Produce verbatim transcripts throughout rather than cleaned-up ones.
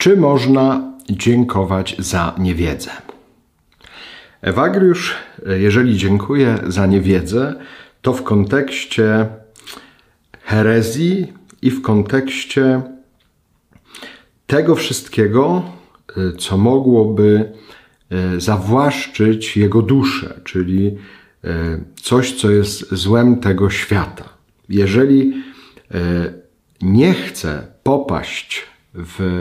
Czy można dziękować za niewiedzę? Ewagriusz, jeżeli dziękuję za niewiedzę, to w kontekście herezji i w kontekście tego wszystkiego, co mogłoby zawłaszczyć jego duszę, czyli coś, co jest złem tego świata. Jeżeli nie chce popaść w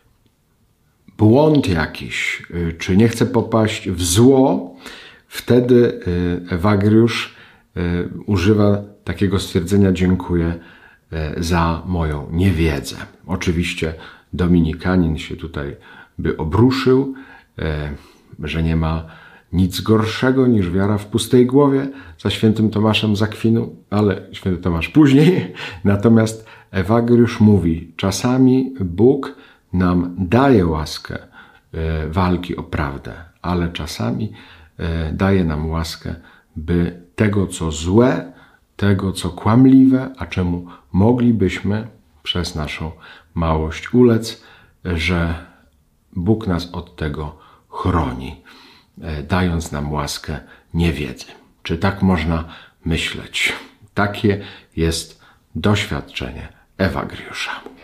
błąd jakiś, czy nie chce popaść w zło, wtedy Ewagriusz używa takiego stwierdzenia: dziękuję za moją niewiedzę. Oczywiście dominikanin się tutaj by obruszył, że nie ma nic gorszego niż wiara w pustej głowie, za świętym Tomaszem z Akwinu, ale święty Tomasz później. Natomiast Ewagriusz mówi: czasami Bóg nam daje łaskę walki o prawdę, ale czasami daje nam łaskę, by tego, co złe, tego, co kłamliwe, a czemu moglibyśmy przez naszą małość ulec, że Bóg nas od tego chroni, dając nam łaskę niewiedzy. Czy tak można myśleć? Takie jest doświadczenie Ewagriusza.